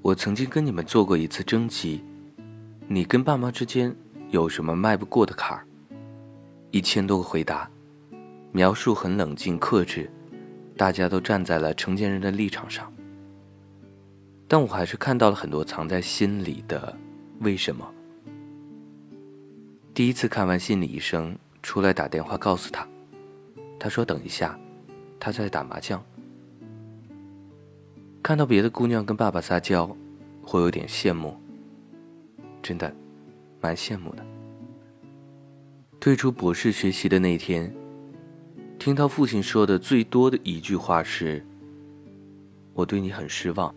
我曾经跟你们做过一次征集，你跟爸妈之间有什么迈不过的坎儿？1000多个回答，描述很冷静克制，大家都站在了成年人的立场上。但我还是看到了很多藏在心里的为什么。第一次看完心理医生出来打电话告诉他，他说等一下，他在打麻将。看到别的姑娘跟爸爸撒娇，会有点羡慕，真的蛮羡慕的。退出博士学习的那天，听到父亲说的最多的一句话是，我对你很失望。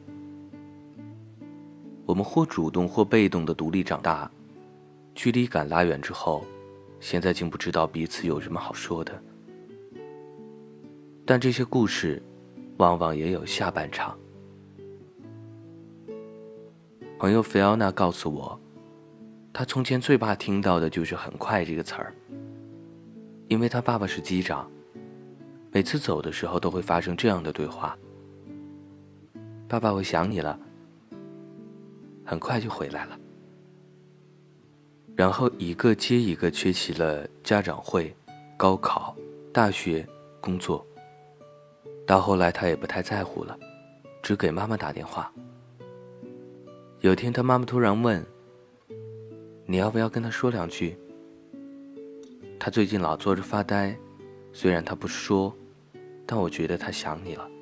我们或主动或被动的独立长大，距离感拉远之后，现在竟不知道彼此有什么好说的。但这些故事往往也有下半场。朋友菲奥娜告诉我，她从前最怕听到的就是很快这个词儿，因为她爸爸是机长，每次走的时候都会发生这样的对话：爸爸，我想你了，很快就回来了。然后一个接一个缺席了家长会、高考、大学、工作，到后来他也不太在乎了，只给妈妈打电话。有天他妈妈突然问，你要不要跟他说2句？他最近老坐着发呆，虽然他不说，但我觉得他想你了。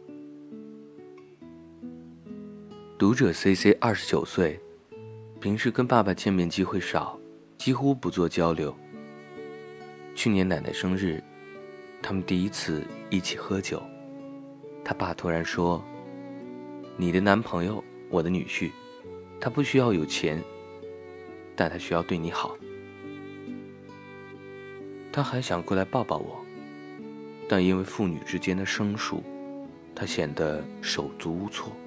读者 CC 29岁，平时跟爸爸见面机会少，几乎不做交流。去年奶奶生日，他们第一次一起喝酒，他爸突然说，你的男朋友，我的女婿，他不需要有钱，但他需要对你好。他还想过来抱抱我，但因为父女之间的生疏，他显得手足无措。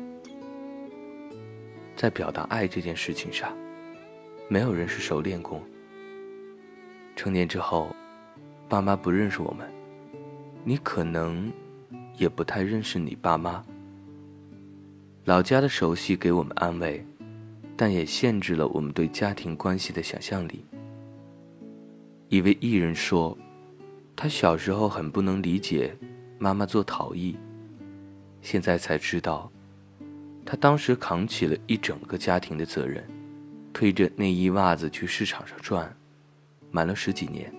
在表达爱这件事情上，没有人是熟练工。成年之后，爸妈不认识我们，你可能也不太认识你爸妈。老家的熟悉给我们安慰，但也限制了我们对家庭关系的想象力。一位艺人说，他小时候很不能理解妈妈做陶艺，现在才知道，他当时扛起了一整个家庭的责任，推着内衣袜子去市场上转，瞒了10几年。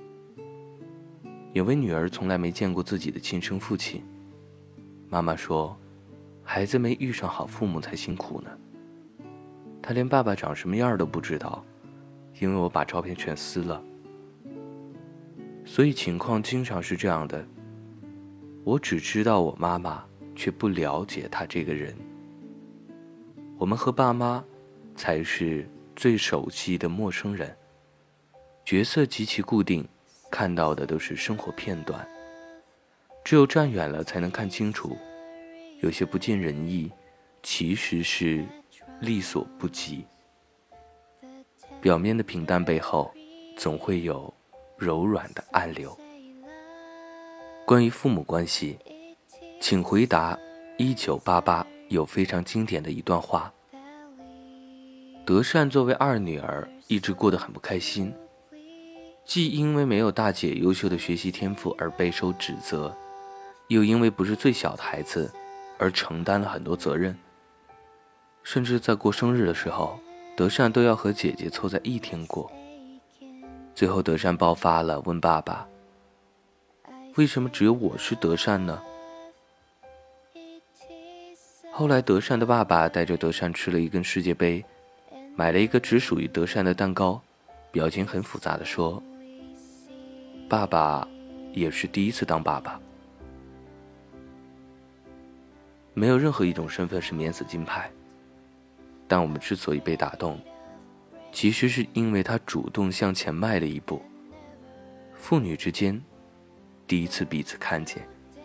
有位女儿从来没见过自己的亲生父亲，妈妈说，孩子没遇上好父母才辛苦呢。他连爸爸长什么样都不知道，因为我把照片全撕了。所以情况经常是这样的，我只知道我妈妈，却不了解她这个人。我们和爸妈才是最熟悉的陌生人，角色极其固定，看到的都是生活片段，只有站远了才能看清楚，有些不尽人意，其实是力所不及。表面的平淡背后，总会有柔软的暗流。关于父母关系，请回答1988有非常经典的一段话。德善作为2女儿，一直过得很不开心，既因为没有大姐优秀的学习天赋而备受指责，又因为不是最小的孩子而承担了很多责任。甚至在过生日的时候，德善都要和姐姐凑在一天过。最后德善爆发了，问爸爸，为什么只有我是德善呢？后来德善的爸爸带着德善吃了一根世界杯，买了一个只属于德善的蛋糕，表情很复杂地说，爸爸也是第一次当爸爸。没有任何一种身份是免死金牌，但我们之所以被打动，其实是因为他主动向前迈了一步。父女之间第一次彼此看见。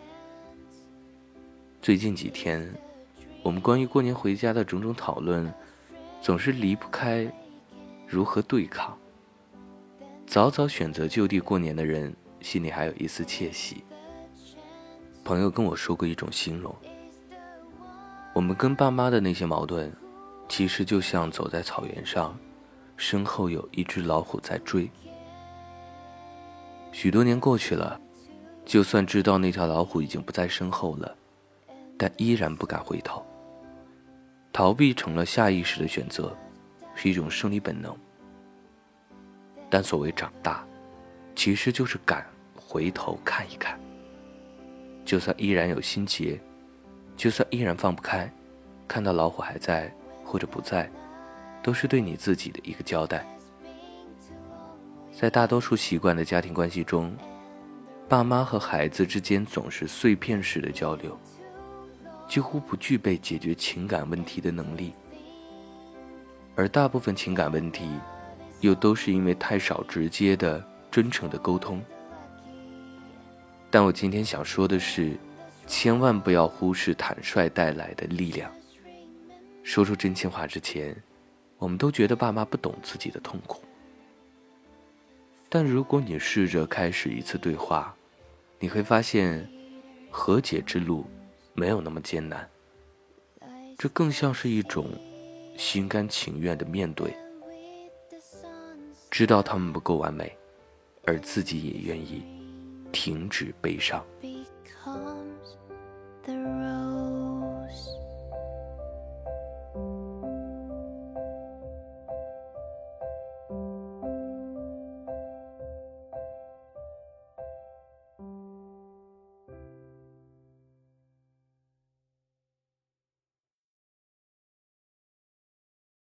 最近几天，我们关于过年回家的种种讨论，总是离不开如何对抗。早早选择就地过年的人，心里还有一丝窃喜。朋友跟我说过一种形容， 我们跟爸妈的那些矛盾，其实就像走在草原上，身后有一只老虎在追。许多年过去了，就算知道那条老虎已经不在身后了，但依然不敢回头。逃避成了下意识的选择，是一种生理本能。但所谓长大，其实就是敢回头看一看。就算依然有心结，就算依然放不开，看到老虎还在或者不在，都是对你自己的一个交代。在大多数习惯的家庭关系中，爸妈和孩子之间总是碎片式的交流，几乎不具备解决情感问题的能力。而大部分情感问题又都是因为太少直接的真诚的沟通。但我今天想说的是，千万不要忽视坦率带来的力量。说出真心话之前，我们都觉得爸妈不懂自己的痛苦。但如果你试着开始一次对话，你会发现和解之路没有那么艰难，这更像是一种心甘情愿的面对，知道他们不够完美，而自己也愿意停止悲伤。